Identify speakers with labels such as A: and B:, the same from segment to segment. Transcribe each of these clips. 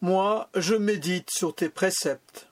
A: Moi, je médite sur tes préceptes.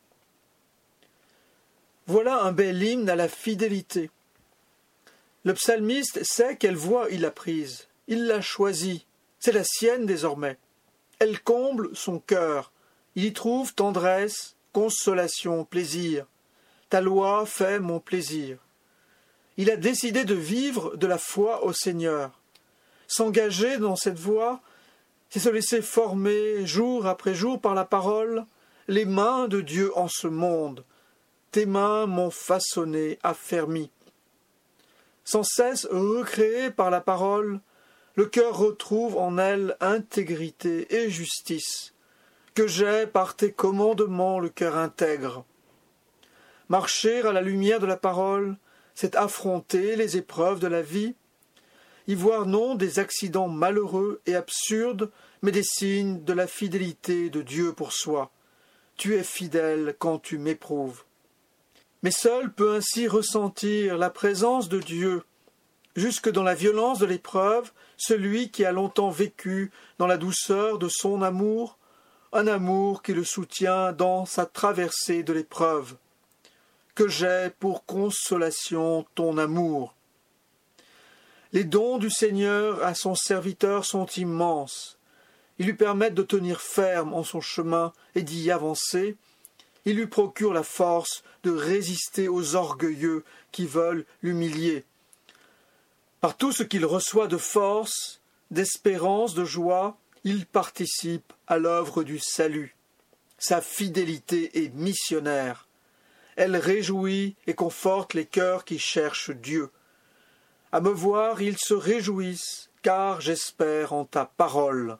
A: Voilà un bel hymne à la fidélité. Le psalmiste sait quelle voie il a prise. Il l'a choisie. C'est la sienne désormais. Elle comble son cœur. Il y trouve tendresse, consolation, plaisir. Ta loi fait mon plaisir. Il a décidé de vivre de la foi au Seigneur. S'engager dans cette voie, c'est se laisser former jour après jour par la parole, les mains de Dieu en ce monde. Tes mains m'ont façonné, affermi. Sans cesse recréé par la parole, le cœur retrouve en elle intégrité et justice, que j'ai par tes commandements le cœur intègre. Marcher à la lumière de la parole, c'est affronter les épreuves de la vie, y voir non des accidents malheureux et absurdes, mais des signes de la fidélité de Dieu pour soi. Tu es fidèle quand tu m'éprouves. Mais seul peut ainsi ressentir la présence de Dieu, jusque dans la violence de l'épreuve, celui qui a longtemps vécu dans la douceur de son amour, un amour qui le soutient dans sa traversée de l'épreuve. Que j'ai pour consolation ton amour. Les dons du Seigneur à son serviteur sont immenses. Ils lui permettent de tenir ferme en son chemin et d'y avancer. Ils lui procurent la force de résister aux orgueilleux qui veulent l'humilier. Par tout ce qu'il reçoit de force, d'espérance, de joie, il participe à l'œuvre du salut. Sa fidélité est missionnaire. Elle réjouit et conforte les cœurs qui cherchent Dieu. À me voir, ils se réjouissent, car j'espère en ta parole.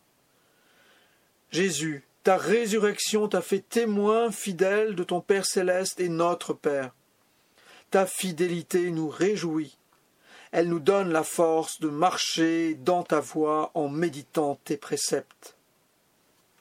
A: Jésus, ta résurrection t'a fait témoin fidèle de ton Père céleste et notre Père. Ta fidélité nous réjouit. Elle nous donne la force de marcher dans ta voie en méditant tes préceptes.